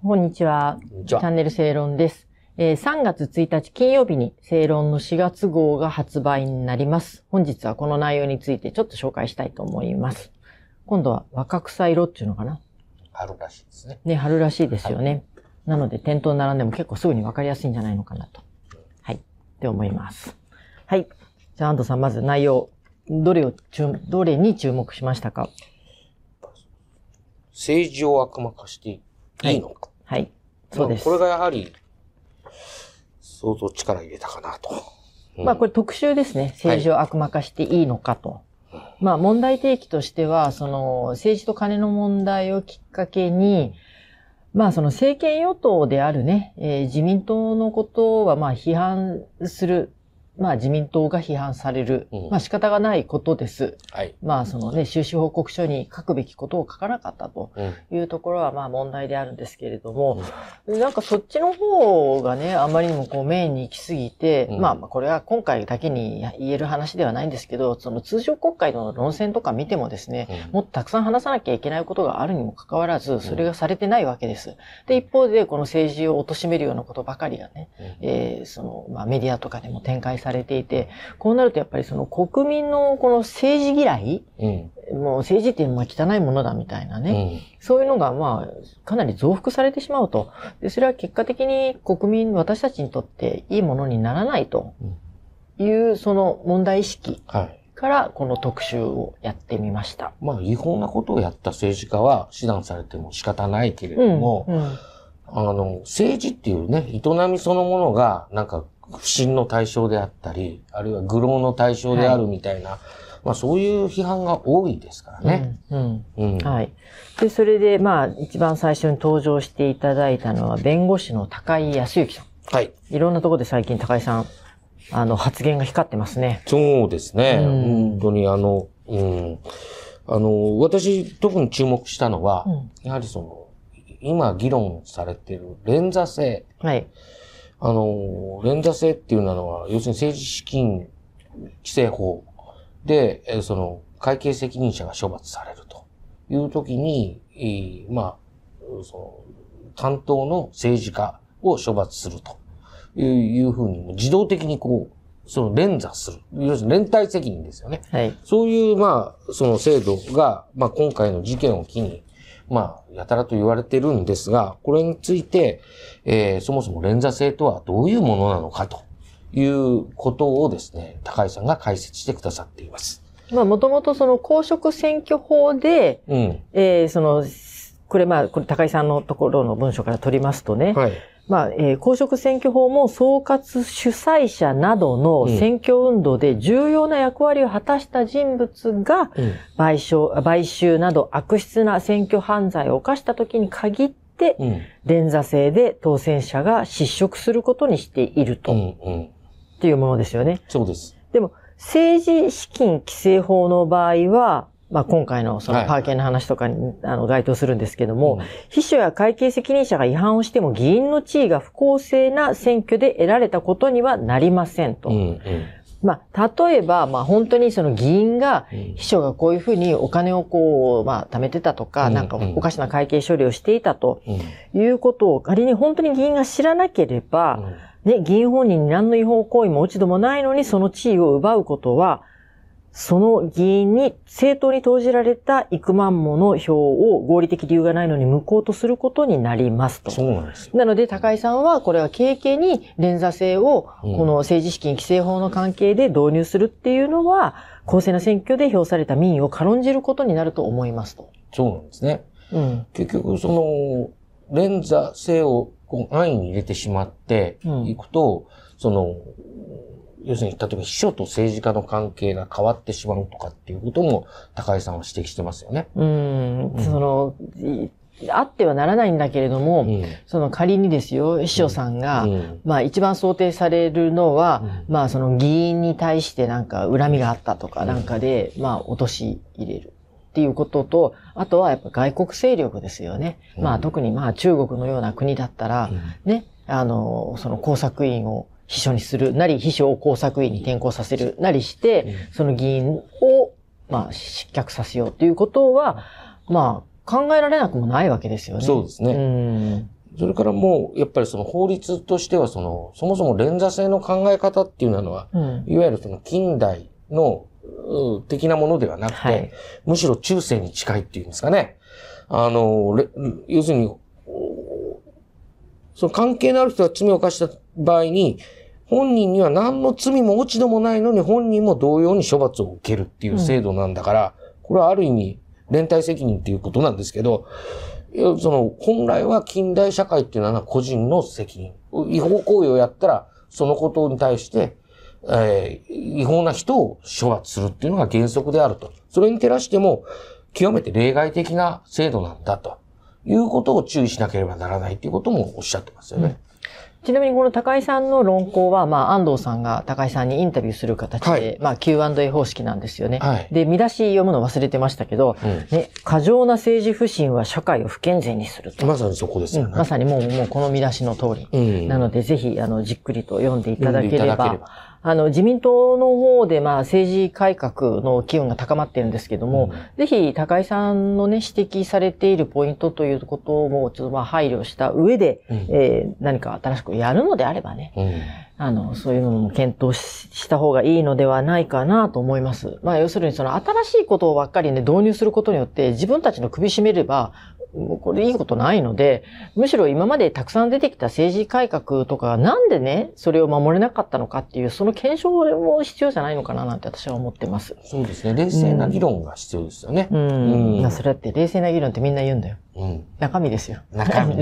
こんにちは。チャンネル正論です。3月1日金曜日に正論の4月号が発売になります。本日はこの内容についてちょっと紹介したいと思います。今度は若草色っていうのかな？ 春らしいですね。 ね、春らしいですよね。なので店頭に並んでも結構すぐにわかりやすいんじゃないのかなと。はい。って思います。はい。じゃあ安藤さん、まず内容、どれに注目しましたか？ 政治を悪魔化していいのか。 はい。そうです。 これがやはり、相当力入れたかなと。 これ特集ですね。政治を悪魔化していいのかと。問題提起としては、政治と金の問題をきっかけに、政権与党であるね、自民党のことは批判する。自民党が批判される。仕方がないことです。 はい。 収支報告書に書くべきことを書かなかったというところは問題であるんですけれども、なんかそっちの方がね、あまりにもメインに行き過ぎて、これは今回だけに言える話ではないんですけど、その通常国会の論戦とか見てもですね、もっとたくさん話さなきゃいけないことがあるにもかかわらず、それがされてないわけです。で、一方でこの政治を貶めるようなことばかりがね、メディアとかでも展開されていて、こうなるとやっぱり国民のこの政治嫌い、もう政治っていうのは汚いものだみたいなね、そういうのがかなり増幅されてしまうと。で、それは結果的に私たちにとっていいものにならないというその問題意識からこの特集をやってみました。 違法なことをやった政治家は指南されても仕方ないけれども、政治っていうね、営みそのものがなんか不信の対象であったり、あるいは愚弄の対象であるみたいな、そういう批判が多いですからね。 はい。で、それで一番最初に登場していただいたのは弁護士の高井康之さん。 はい。 いろんなところで最近高井さん、発言が光ってますね。 そうですね。本当に私特に注目したのは、やはり今議論されている連座制。 はい。 連座制っていうのは、要するに政治資金規正法で、会計責任者が処罰されるというときに、担当の政治家を処罰するというふうに、自動的に連座する。要するに連帯責任ですよね。 はい。 そういう、制度が、今回の事件を機に、やたらと言われてるんですが、これについて、そもそも連座制とはどういうものなのかということをですね、高井さんが解説してくださっています。 もともと公職選挙法で、これ高井さんのところの文書から取りますとね、 はい。 公職選挙法も総括主催者などの選挙運動で重要な役割を果たした人物が買収など悪質な選挙犯罪を犯した時に限って連座制で当選者が失職することにしているとっていうものですよね。 そうです。 でも政治資金規正法の場合は今回のパーケーの話とかに該当するんですけども、秘書や会計責任者が違反をしても議員の地位が不公正な選挙で得られたことにはなりませんと。例えば、本当に議員が、秘書がこういうふうにお金を貯めてたとか、なんかおかしな会計処理をしていたということを仮に本当に議員が知らなければ、議員本人に何の違法行為も落ち度もないのにその地位を奪うことは、その議員に政党に投じられた幾万もの票を合理的理由がないのに無効とすることになりますと。 そうなんです。 なので高井さんはこれは軽々に連座制をこの政治資金規正法の関係で導入するっていうのは公正な選挙で票された民意を軽んじることになると思いますと。 そうなんですね。結局連座制を安易に入れてしまっていくと、要するに、例えば秘書と政治家の関係が変わってしまうとかっていうことも高井さんは指摘してますよね。 あってはならないんだけれども、仮にですよ、秘書さんが、一番想定されるのは、議員に対してなんか恨みがあったとかなんかで、落とし入れる。っていうことと、あとはやっぱ外国勢力ですよね。特に中国のような国だったら、ね、工作員を秘書にするなり、秘書を工作員に転校させるなりして、その議員を、失脚させようということは、考えられなくもないわけですよね。 そうですね。 それからもう、やっぱりその法律としてはそもそも連座制の考え方っていうのは、いわゆるその近代の的なものではなくて、むしろ中世に近いっていうんですかね。要するに、その関係のある人が罪を犯した場合に、本人には何の罪も落ち度もないのに本人も同様に処罰を受けるっていう制度なんだから、これはある意味連帯責任っていうことなんですけど、本来は近代社会っていうのは個人の責任。違法行為をやったら、そのことに対して、違法な人を処罰するっていうのが原則であると。それに照らしても、極めて例外的な制度なんだということを注意しなければならないということもおっしゃってますよね。 ちなみにこの高井さんの論考は、安藤さんが高井さんにインタビューする形で、Q&A 方式なんですよね。で、見出し読むの忘れてましたけど、過剰な政治不信は社会を不健全にすると。 まさにそこですよね。 まさにもうこの見出しの通り。なので、ぜひ、じっくりと読んでいただければ、自民党の方で、政治改革の機運が高まっているんですけども、ぜひ、高井さんのね、指摘されているポイントということも、ちょっと配慮した上で、何か新しくやるのであればね、そういうのも検討した方がいいのではないかなと思います。要するに、その新しいことをばっかりね、導入することによって、自分たちの首絞めれば、これいいことないので、むしろ今までたくさん出てきた政治改革とか、なんでね、それを守れなかったのかっていう、その検証も必要じゃないのかななんて私は思ってます。 そうですね。冷静な議論が必要ですよね。 それって冷静な議論ってみんな言うんだよ。中身ですよ。 中身。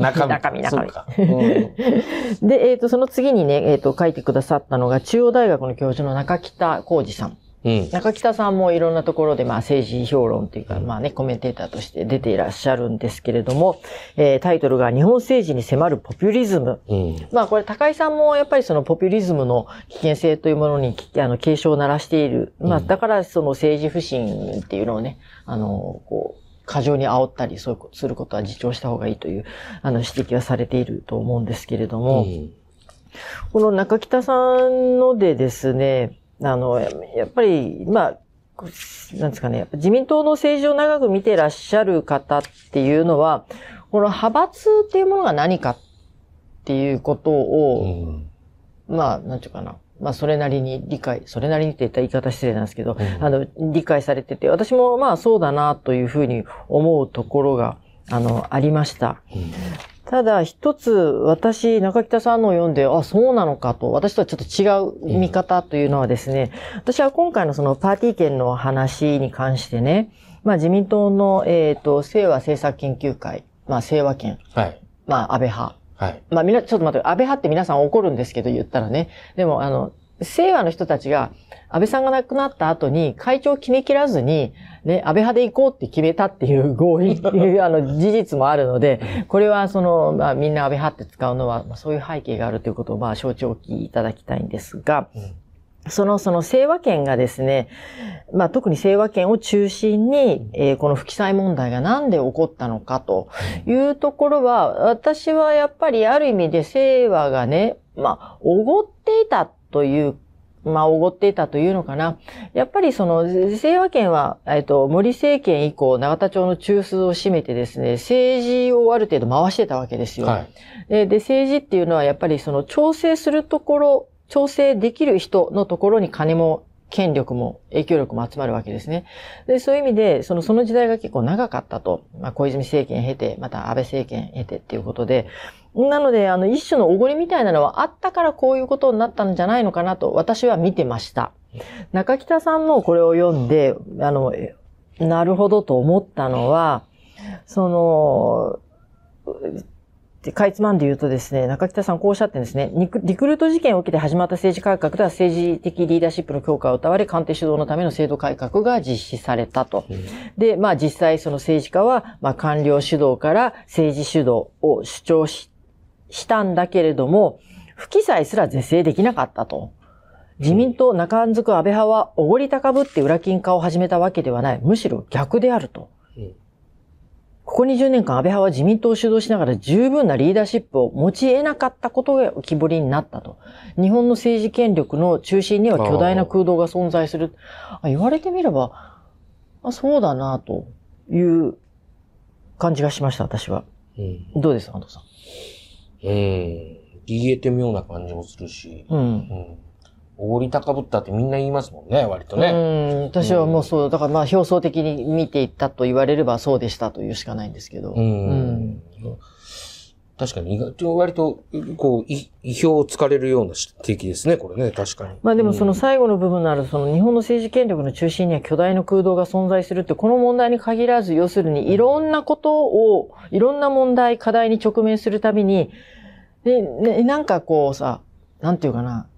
で、その次にね、書いてくださったのが、中央大学の教授の中北浩二さん。中北さんもいろんなところで政治評論というかコメンテーターとして出ていらっしゃるんですけれども、タイトルが日本政治に迫るポピュリズム。これ高井さんもやっぱりそのポピュリズムの危険性というものに警鐘を鳴らしている。だからその政治不信っていうのをね、過剰に煽ったりそういうことすることは自重した方がいいという指摘はされていると思うんですけれども、この中北さんのでですね、やっぱり、なんですかね、自民党の政治を長く見てらっしゃる方っていうのは、この派閥っていうものが何かっていうことを、なんていうかな、それなりにそれなりにって言ったら言い方失礼なんですけど、理解されてて、私もそうだなというふうに思うところが、ありました。ただ一つ私、中北さんのを読んで、そうなのかと、私とはちょっと違う見方というのはですね、私は今回のそのパーティー券の話に関してね、自民党の、清和政策研究会、清和研、安倍派。ちょっと待って、安倍派って皆さん怒るんですけど言ったらね、でも清和の人たちが安倍さんが亡くなった後に会長を決めきらずに、ね、安倍派で行こうって決めたっていう合意、事実もあるので、これはみんな安倍派って使うのは、そういう背景があるということを、承知おきいただきたいんですが、その清和研がですね、特に清和研を中心に、この不記載問題がなんで起こったのかというところは、私はやっぱりある意味で清和がね、おごっていたというおごっていたというのかな。やっぱり清和研は、森政権以降、永田町の中枢を占めてですね、政治をある程度回してたわけですよ。で、政治っていうのはやっぱり調整するところ、調整できる人のところに金も、権力も、影響力も集まるわけですね。で、そういう意味で、その時代が結構長かったと。小泉政権経て、また安倍政権経てっていうことで、なので、一種のおごりみたいなのはあったからこういうことになったんじゃないのかなと私は見てました。中北さんのこれを読んで、なるほどと思ったのは、かいつまんで言うとですね、中北さんこうおっしゃってるんですね。リクルート事件を受けて始まった政治改革では政治的リーダーシップの強化を謳われ、官邸主導のための制度改革が実施されたと。で、実際政治家は、官僚主導から政治主導を主張したんだけれども、不記載すら是正できなかったと。自民党中んずく安倍派はおごり高ぶって裏金化を始めたわけではない。むしろ逆であると。ここ20年間安倍派は自民党を主導しながら十分なリーダーシップを持ち得なかったことが浮き彫りになったと。日本の政治権力の中心には巨大な空洞が存在する。言われてみれば、そうだなという感じがしました、私は。 どうですか、安藤さん。 逃げて妙な感じもするし、おごり高ぶったってみんな言いますもんね、割とね。 私はもうそう、だからまあ表層的に見ていったと言われればそうでしたというしかないんですけど。 確かに、割と、こう、意表をつかれるような指摘ですね、これね、確かに。 まあでもその最後の部分のある、その日本の政治権力の中心には巨大な空洞が存在するって、この問題に限らず、要するにいろんなことを、いろんな問題、課題に直面するたびに、なんかこうさ、なんていうかな、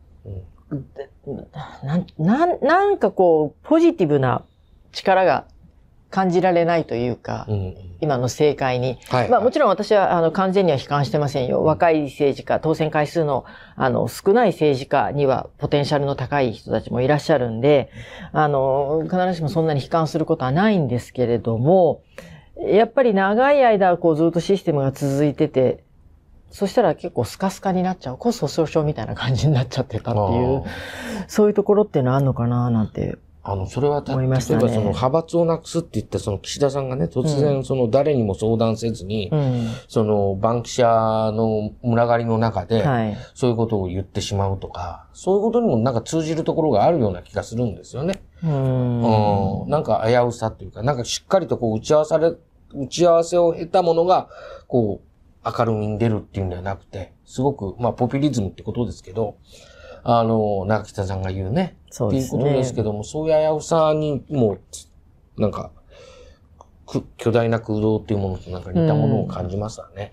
なんかこう、ポジティブな力が感じられないというか、今の政界に。まあもちろん私は完全には悲観してませんよ。若い政治家、当選回数の少ない政治家にはポテンシャルの高い人たちもいらっしゃるんで、必ずしもそんなに悲観することはないんですけれども、やっぱり長い間こうずっとシステムが続いてて、そしたら結構スカスカになっちゃう。コスト総称みたいな感じになっちゃってたっていう、そういうところっていうのはあるのかななんて。 それは例えばその派閥をなくすって言ったその岸田さんがね、突然その誰にも相談せずに、そのバンキシャの群がりの中で、そういうことを言ってしまうとか、そういうことにもなんか通じるところがあるような気がするんですよね。なんか危うさっていうか、なんかしっかりとこう打ち合わせを経たものが、こう、明るみに出るっていうんではなくて、すごく、まあ、ポピュリズムってことですけど、中北さんが言うね。 そうですね。 っていうことですけども、そういう危うさにも、なんか、巨大な空洞っていうものとなんか似たものを感じますわね。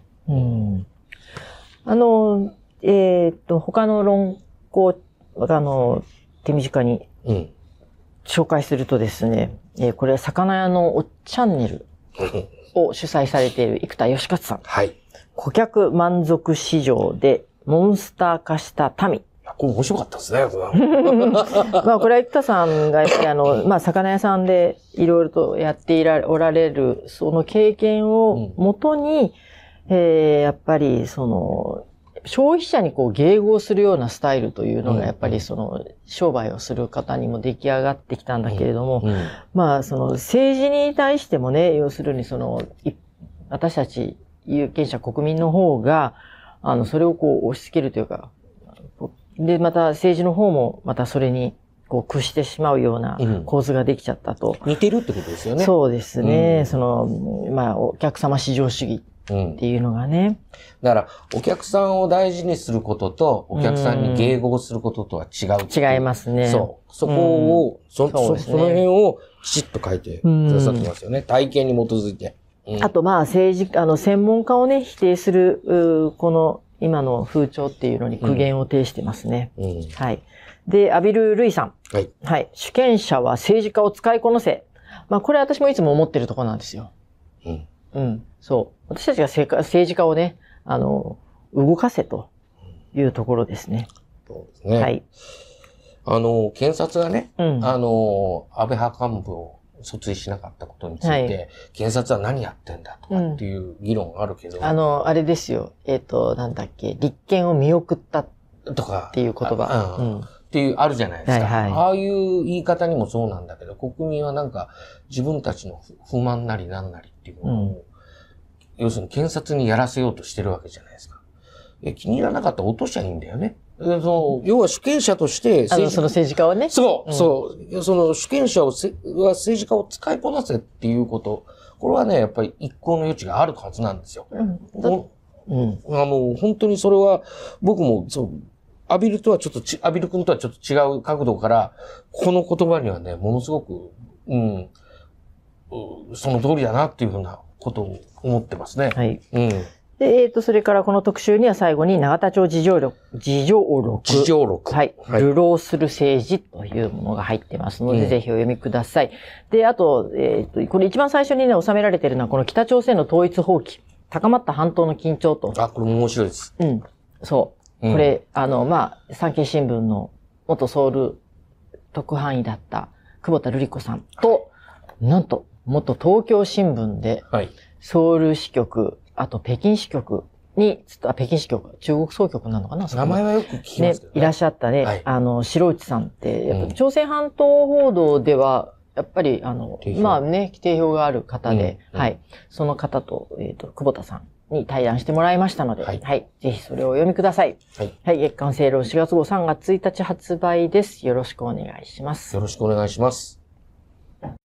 他の論考、手短に紹介するとですね、これは魚屋のおチャンネルを主催されている生田義勝さん。 はい。 顧客満足市場でモンスター化した民。 これ面白かったですね。 まあこれは生田さんがやっぱりまあ魚屋さんでいろいろとやっておられるその経験をもとに、やっぱりその消費者にこう迎合するようなスタイルというのがやっぱりその商売をする方にも出来上がってきたんだけれども、まあその政治に対してもね、要するにその私たち有権者国民の方がそれをこう押し付けるというか、で、また政治の方もまたそれにこう屈してしまうような構図ができちゃったと。 似てるってことですよね。 そうですね。まあ、お客様至上主義っていうのがね。 だから、お客さんを大事にすることと、お客さんに迎合することとは違う。 違いますね。 そう。そこを、その辺をきちっと書いてくださってますよね。体験に基づいて。 あと、まあ、専門家をね、否定する、この、今の風潮っていうのに苦言を呈してますね。はい。で、アビル・ルイさん。 はい。 はい。主権者は政治家を使いこなせ。まあ、これ私もいつも思ってるところなんですよ。そう。私たちが政治家をね、動かせというところですね。 そうですね。 はい。 検察がね、安倍派幹部を訴追しなかったことについて、検察は何やってんだとかっていう議論があるけど。 あれですよ。なんだっけ、立憲を見送ったとかっていう言葉。 っていう、あるじゃないですか。 はいはい、 ああいう言い方にもそうなんだけど、国民はなんか自分たちの不満なりなんなりっていうものを、要するに検察にやらせようとしてるわけじゃないですか。気に入らなかったら落としゃいいんだよね。要は主権者として、 その政治家はね。 そう、その主権者は政治家を使いこなせっていうこと。これはね、やっぱり一向の余地があるはずなんですよ。本当にそれは、僕も、アビル君とはちょっと違う角度から、この言葉にはね、ものすごく、その通りだなっていうふうなことを思ってますね。 はい。で、それからこの特集には最後に永田町自助録。はい。流浪する政治というものが入ってますので、ぜひお読みください。で、あと、これ一番最初にね、収められているのはこの北朝鮮の統一放棄。高まった半島の緊張と。 これも面白いです。 そう。これ、まあ、産経新聞の元ソウル特派員だった久保田瑠璃子さんと、なんと、元東京新聞で、ソウル支局、あと北京支局に、北京支局、中国総局なのかな、 名前はよく聞きますけどね。 いらっしゃったね、白内さんって、やっぱ朝鮮半島報道では、やっぱり、まあね、定評がある方で、はい。その方と、久保田さんに対談してもらいましたので、 はい。 はい。ぜひそれをお読みください。 はい。 はい。月刊正論4月号3月1日発売です。よろしくお願いします。 よろしくお願いします。